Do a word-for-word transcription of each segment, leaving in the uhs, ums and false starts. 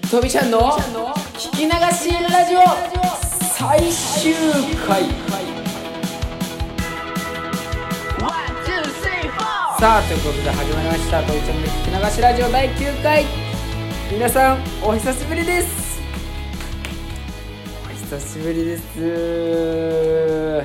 とびちゃんの聞き流しラジオ最終回。さあということで始まりましたとびちゃんの聞き流しラジオだいきゅうかい。皆さんお久しぶりです。お久しぶりです。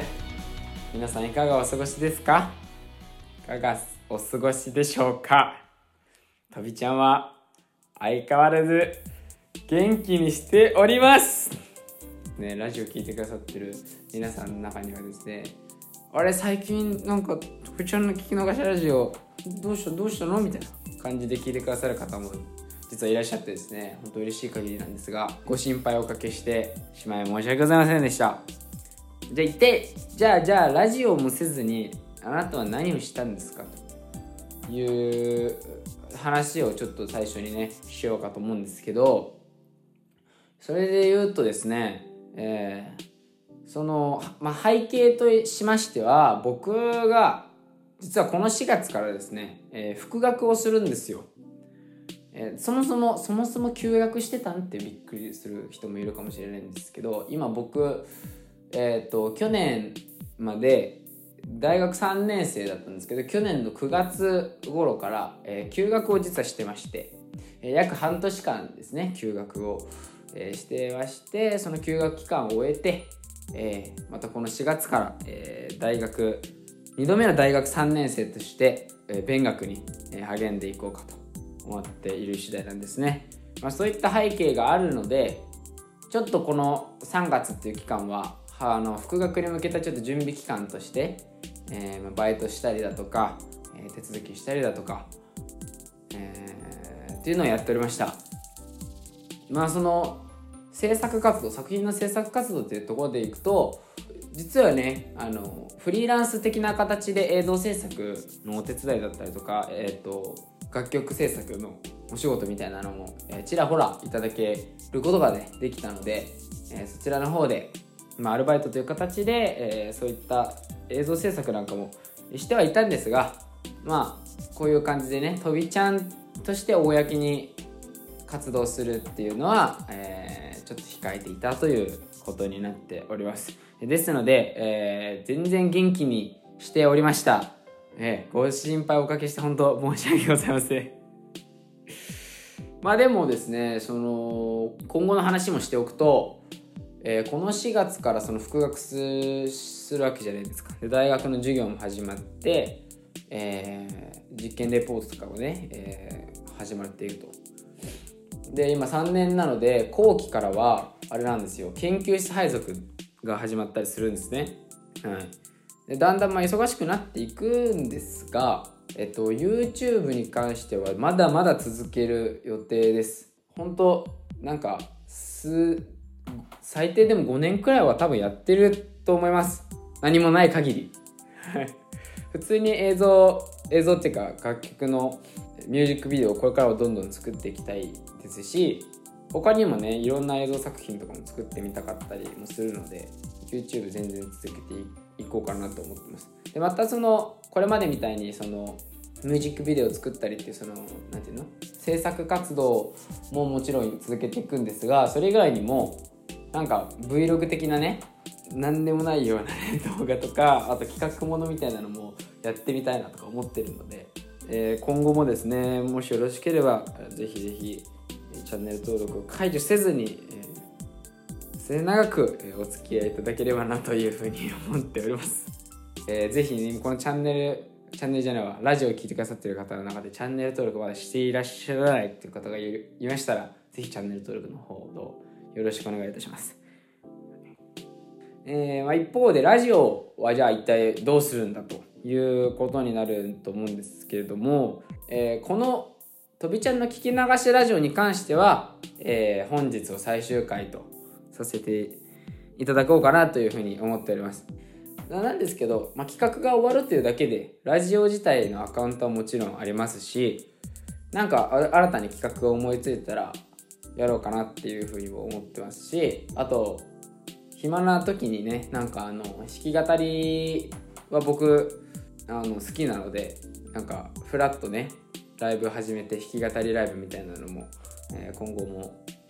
皆さんいかがお過ごしですか？いかがお過ごしでしょうか？とびちゃんは相変わらず元気にしておりますね。ラジオ聞いてくださってる皆さんの中にはですね、あれ最近なんかとびちゃんの聞き流しラジオどうしたどうしたのみたいな感じで聞いてくださる方も実はいらっしゃってですね、本当嬉しい限りなんですが、ご心配をおかけしてしまい申し訳ございませんでした。じゃあ一体じゃあじゃあラジオもせずにあなたは何をしたんですかという話をちょっと最初にねしようかと思うんですけど、それで言うとですね、えー、その、まあ、背景としましては、僕が実はこのしがつからですね、えー、復学をするんですよ。えー、そもそもそもそも休学してたんってびっくりする人もいるかもしれないんですけど、今僕、えー、と去年まで大学さんねん生だったんですけど、去年のくがつ頃から、えー、休学を実はしてまして、えー、約半年間ですね休学を、えー、してまして、その休学期間を終えて、えー、またこのしがつから、えー、大学にどめの大学さんねん生として、えー、勉学に、えー、励んでいこうかと思っている次第なんですね。まあ、そういった背景があるので、ちょっとこのさんがつっていう期間はあの復学に向けたちょっと準備期間として、えー、バイトしたりだとか、えー、手続きしたりだとか、えー、っていうのをやっておりました。まあその制作活動、作品の制作活動っていうところでいくと、実はねあのフリーランス的な形で映像制作のお手伝いだったりとか、えー、と楽曲制作のお仕事みたいなのも、えー、ちらほらいただけることが、ね、できたので、えー、そちらの方で、まあ、アルバイトという形で、えー、そういった映像制作なんかもしてはいたんですが、まあこういう感じでねとびちゃんとして公に活動するっていうのは、えー、ちょっと控えていたということになっております。ですので、えー、全然元気にしておりました。えー、ご心配おかけして本当申し訳ございません。まあでもですね、その今後の話もしておくと、えー、このしがつからその復学するわけじゃないですか。で大学の授業も始まって、えー、実験レポートとかもね、えー、始まっていると。で今さんねんなので後期からはあれなんですよ、研究室配属が始まったりするんですね。はい。でだんだんまあ忙しくなっていくんですが、えっと YouTube に関してはまだまだ続ける予定です。本当なんかす最低でもごねんくらいは多分やってると思います。何もない限り普通に映像映像っていうか楽曲のミュージックビデオをこれからはどんどん作っていきたいですし、他にもねいろんな映像作品とかも作ってみたかったりもするので YouTube 全然続けていこうかなと思ってます。でまたそのこれまでみたいにそのミュージックビデオを作ったりっていうそのなんていうの制作活動ももちろん続けていくんですが、それ以外にもなんか Vlog 的なね何でもないような、ね、動画とか、あと企画ものみたいなのもやってみたいなとか思ってるので、えー、今後もですねもしよろしければぜひぜひチャンネル登録を解除せずに、えー、末永くお付き合いいただければなというふうに思っております。えー、ぜひ、ね、このチャンネルチャンネルじゃないわラジオを聞いてくださっている方の中でチャンネル登録まだしていらっしゃらないっていう方がいましたら、ぜひチャンネル登録の方をよろしくお願いいたします。えーまあ、一方でラジオはじゃあ一体どうするんだということになると思うんですけれども、えー、このとびちゃんの聞き流しラジオに関しては、えー、本日を最終回とさせていただこうかなというふうに思っております。なんですけど、まあ、企画が終わるというだけでラジオ自体のアカウントはもちろんありますし、なんか新たに企画を思いついたらやろうかなっていうふうにも思ってますし、あと暇な時にねなんかあの弾き語りは僕あの好きなので、なんかフラッとねライブ始めて弾き語りライブみたいなのも、えー、今後も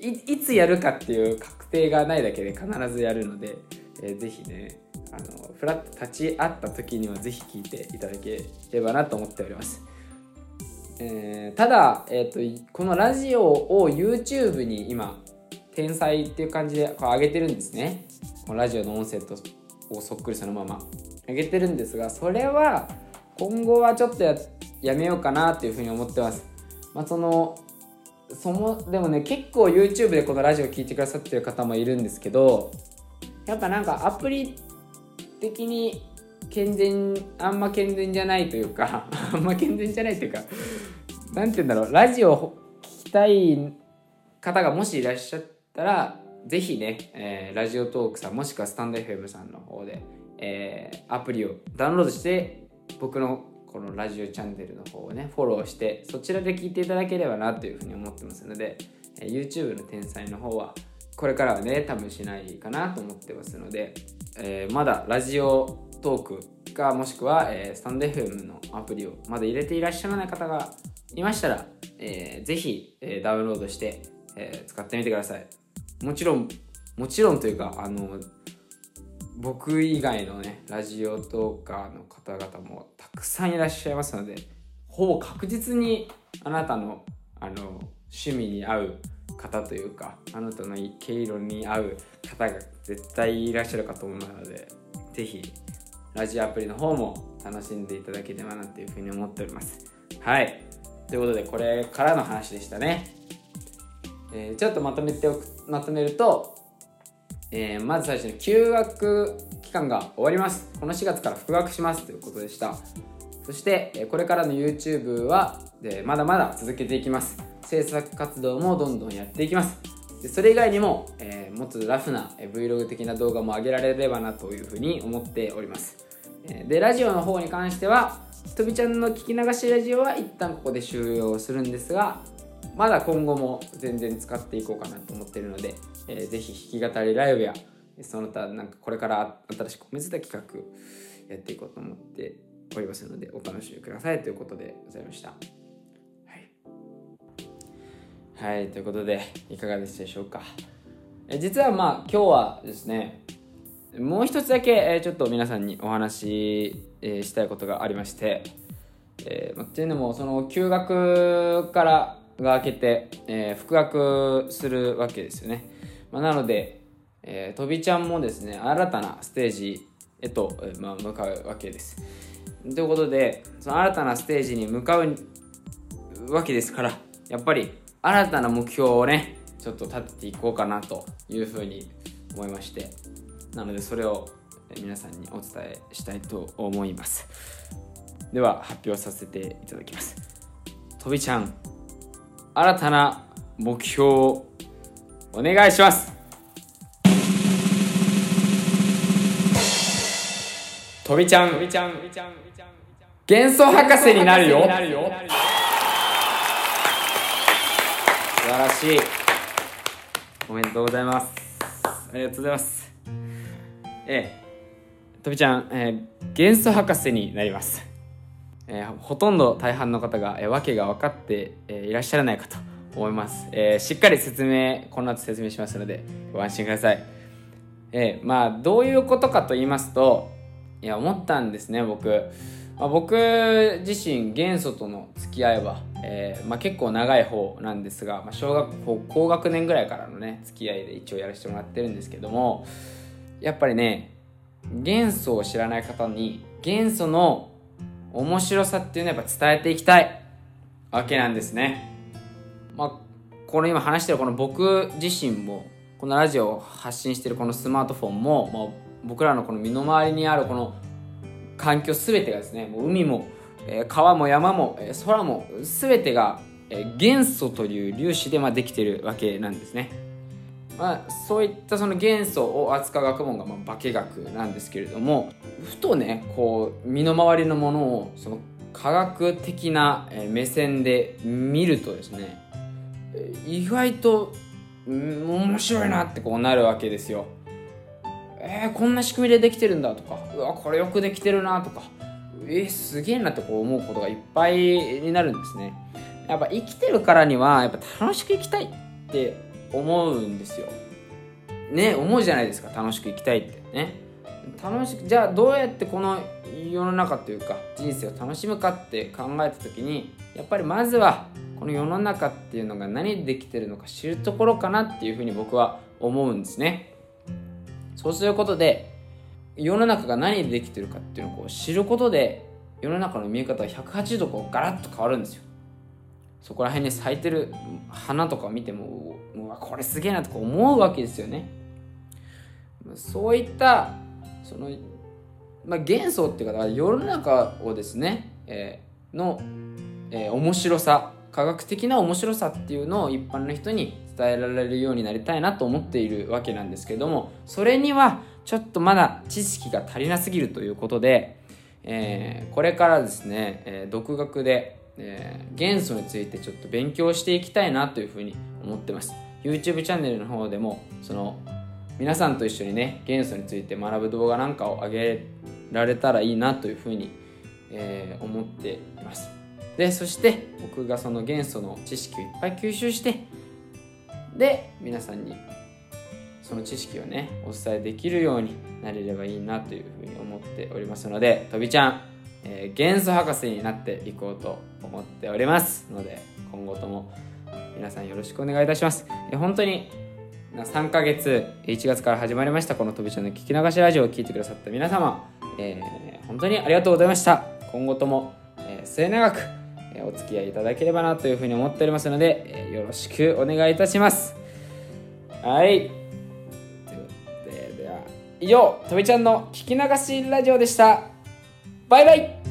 い, いつやるかっていう確定がないだけで必ずやるので、えー、ぜひねあのフラッと立ち会った時にはぜひ聞いていただければなと思っております。えー、ただ、えーと、このラジオを YouTube に今転載っていう感じでこう上げてるんですね。このラジオの音声とをそっくりそのまま上げてるんですが、それは今後はちょっと や, やめようかなっていうふうに思ってます。まあそのそもでもね結構 YouTube でこのラジオ聞いてくださってる方もいるんですけど、やっぱなんかアプリ的に健全あんま健全じゃないというかあんま健全じゃないというかなんて言うんだろう、ラジオを聞きたい方がもしいらっしゃったらぜひね、えー、ラジオトークさんもしくはスタンド エフエム さんの方で、えー、アプリをダウンロードして僕のこのラジオチャンネルの方をねフォローしてそちらで聞いていただければなというふうに思ってますので、えー、YouTube の転載の方はこれからはね多分しないかなと思ってますので、えー、まだラジオトークかもしくは、えー、スタンド エフエム のアプリをまだ入れていらっしゃらない方がいましたら、えー、ぜひ、えー、ダウンロードして、えー、使ってみてください。もちろんもちろんというかあの僕以外のねラジオトーカーの方々もたくさんいらっしゃいますので、ほぼ確実にあなたのあの趣味に合う方というかあなたの毛色に合う方が絶対いらっしゃるかと思うので、ぜひラジオアプリの方も楽しんでいただければなというふうに思っております。はい、ということでこれからの話でしたね。えー、ちょっとまとめておくまとめると、えー、まず最初に休学期間が終わります。このしがつから復学しますということでした。そしてこれからの YouTube はまだまだ続けていきます。制作活動もどんどんやっていきます。でそれ以外にも、えー、もっとラフな Vlog 的な動画も上げられればなというふうに思っております。でラジオの方に関してはとびちゃんの聞き流しラジオは一旦ここで終了するんですが、まだ今後も全然使っていこうかなと思っているので、えー、ぜひ弾き語りライブやその他なんかこれから新しく込めてた企画やっていこうと思っておりますのでお楽しみくださいということでございました。はい、はい、ということでいかがでしたでしょうか。え実はまあ今日はですねもう一つだけ、えー、ちょっと皆さんにお話し、えー、したいことがありまして、えーまあ、っていうのもその休学からが明けて、えー、復学するわけですよね。まあ、なので、えー、とびちゃんもですね新たなステージへと、えーまあ、向かうわけです。ということでその新たなステージに向かうわけですから、やっぱり新たな目標をねちょっと立てていこうかなというふうに思いまして、なのでそれを皆さんにお伝えしたいと思います。では発表させていただきます。とびちゃん、新たな目標をお願いします。とびちゃん、幻想博士になるよ。素晴らしい。おめでとうございます。ありがとうございます。ええ、とびちゃん、えー、元素博士になります。えー、ほとんど大半の方が、えー、訳が分かって、えー、いらっしゃらないかと思います。えー、しっかり説明この後説明しますのでご安心ください。えー、まあどういうことかと言いますと、いや思ったんですね僕、まあ、僕自身元素との付き合いは、えーまあ、結構長い方なんですが、まあ、小学校高学年ぐらいからのね付き合いで一応やらせてもらってるんですけども、やっぱりね元素を知らない方に元素の面白さっていうのをやっぱ伝えていきたいわけなんですね。まあこの今話してるこの僕自身もこのラジオを発信してるこのスマートフォンも、まあ、僕らのこの身の回りにあるこの環境すべてがですね、もう海も、えー、川も山も、えー、空もすべてが、えー、元素という粒子でまあできているわけなんですね。まあ、そういったその元素を扱う学問がまあ化学なんですけれども、ふとねこう身の回りのものをその科学的な目線で見るとですね、意外と面白いなってこうなるわけですよ。えー、こんな仕組みでできてるんだとか、うわこれよくできてるなとか、えー、すげえなってこう思うことがいっぱいになるんですね。やっぱ生きてるからにはやっぱ楽しく生きたいって思うんですよね。思うじゃないですか、楽しく生きたいってね。楽しくじゃあどうやってこの世の中というか人生を楽しむかって考えた時に、やっぱりまずはこの世の中っていうのが何でできてるのか知るところかなっていうふうに僕は思うんですね。そうすることで世の中が何でできてるかっていうのをこう知ることで、世の中の見え方がひゃくはちじゅうどこうガラッと変わるんですよ。そこら辺に咲いてる花とかを見ても、うわこれすげえなとか思うわけですよね。そういったその、まあ、幻想っていうか世の中をですね、えー、の、えー、面白さ、科学的な面白さっていうのを一般の人に伝えられるようになりたいなと思っているわけなんですけども、それにはちょっとまだ知識が足りなすぎるということで、えー、これからですね、えー、独学で、えー、元素についてちょっと勉強していきたいなというふうに思ってます。 YouTube チャンネルの方でもその皆さんと一緒にね元素について学ぶ動画なんかを上げられたらいいなというふうに、えー、思っています。でそして僕がその元素の知識をいっぱい吸収して、で皆さんにその知識をねお伝えできるようになれればいいなというふうに思っておりますので、とびちゃん、えー、元素博士になっていこうと思っておりますので、今後とも皆さんよろしくお願いいたします。えー、本当にさんかげついちがつから始まりましたこのとびちゃんの聞き流しラジオを聞いてくださった皆様、えー、本当にありがとうございました。今後とも、えー、末永く、えー、お付き合いいただければなというふうに思っておりますので、えー、よろしくお願いいたします。はい、ということで、では以上とびちゃんの聞き流しラジオでした。バイバイ。